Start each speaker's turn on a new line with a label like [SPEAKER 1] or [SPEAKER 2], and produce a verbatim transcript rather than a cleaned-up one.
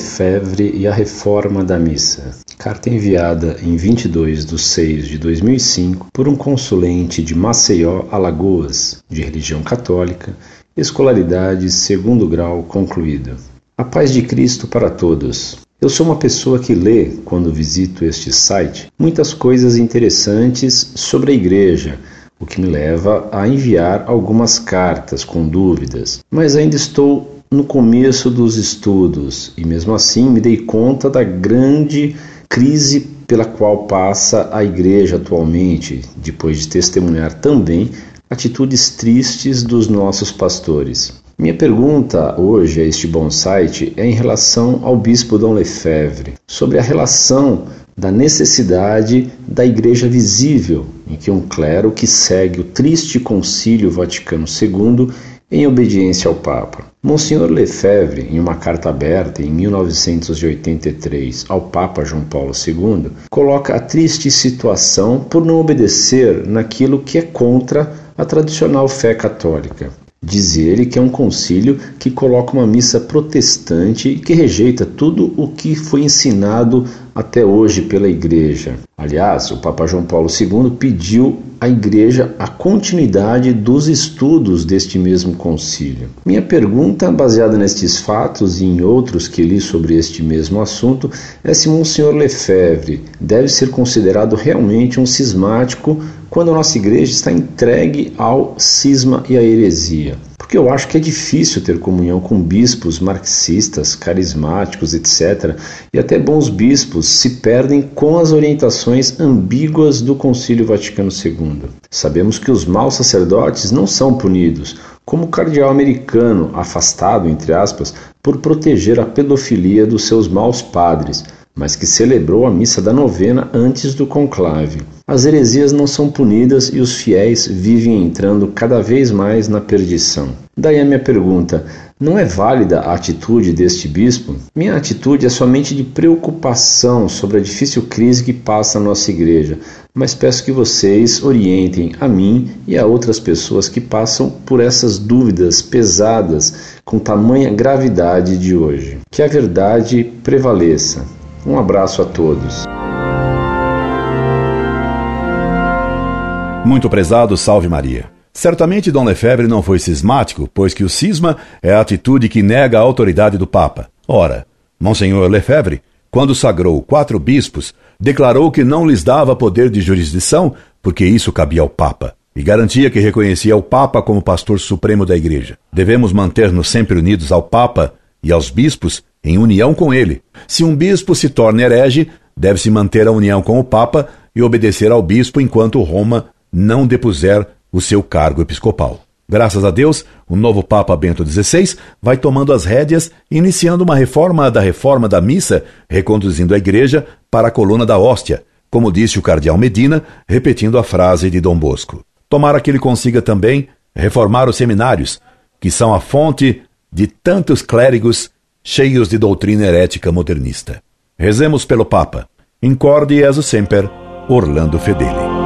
[SPEAKER 1] Lefebvre e a Reforma da Missa. Carta enviada em vinte e dois de seis de dois mil e cinco por um consulente de Maceió, Alagoas, de religião católica, escolaridade segundo grau concluído. A paz de Cristo para todos. Eu sou uma pessoa que lê, quando visito este site, muitas coisas interessantes sobre a igreja, o que me leva a enviar algumas cartas com dúvidas, mas ainda estou no começo dos estudos e mesmo assim me dei conta da grande crise pela qual passa a igreja atualmente, depois de testemunhar também atitudes tristes dos nossos pastores. Minha pergunta hoje a este bom site é em relação ao bispo Dom Lefebvre, sobre a relação da necessidade da igreja visível, em que um clero que segue o triste Concílio Vaticano segundo em obediência ao Papa. Monsenhor Lefebvre, em uma carta aberta em mil novecentos e oitenta e três ao Papa João Paulo segundo, coloca a triste situação por não obedecer naquilo que é contra a tradicional fé católica. Diz ele que é um concílio que coloca uma missa protestante e que rejeita tudo o que foi ensinado até hoje pela Igreja. Aliás, o Papa João Paulo segundo pediu à Igreja a continuidade dos estudos deste mesmo concílio. Minha pergunta, baseada nestes fatos e em outros que li sobre este mesmo assunto, é se Monsenhor Lefebvre deve ser considerado realmente um cismático quando a nossa igreja está entregue ao cisma e à heresia. Porque eu acho que é difícil ter comunhão com bispos marxistas, carismáticos, etcétera. E até bons bispos se perdem com as orientações ambíguas do Concílio Vaticano segundo. Sabemos que os maus sacerdotes não são punidos, como o cardeal americano, afastado, entre aspas, por proteger a pedofilia dos seus maus padres, mas que celebrou a missa da novena antes do conclave. As heresias não são punidas e os fiéis vivem entrando cada vez mais na perdição. Daí a minha pergunta, não é válida a atitude deste bispo? Minha atitude é somente de preocupação sobre a difícil crise que passa a nossa igreja, mas peço que vocês orientem a mim e a outras pessoas que passam por essas dúvidas pesadas com tamanha gravidade de hoje. Que a verdade prevaleça. Um abraço a todos.
[SPEAKER 2] Muito prezado, salve Maria. Certamente Dom Lefebvre não foi cismático, pois que o cisma é a atitude que nega a autoridade do Papa. Ora, Monsenhor Lefebvre, quando sagrou quatro bispos, declarou que não lhes dava poder de jurisdição, porque isso cabia ao Papa, e garantia que reconhecia o Papa como pastor supremo da Igreja. Devemos manter-nos sempre unidos ao Papa e aos bispos em união com ele. Se um bispo se torna herege, deve-se manter a união com o Papa e obedecer ao bispo enquanto Roma não depuser o seu cargo episcopal. Graças a Deus, o novo Papa Bento dezesseis vai tomando as rédeas, iniciando uma reforma da reforma da missa, reconduzindo a Igreja para a coluna da hóstia, como disse o cardeal Medina, repetindo a frase de Dom Bosco. Tomara que ele consiga também reformar os seminários, que são a fonte de tantos clérigos cheios de doutrina herética modernista. Rezemos pelo Papa. Incorde Jesus Semper, Orlando Fedeli.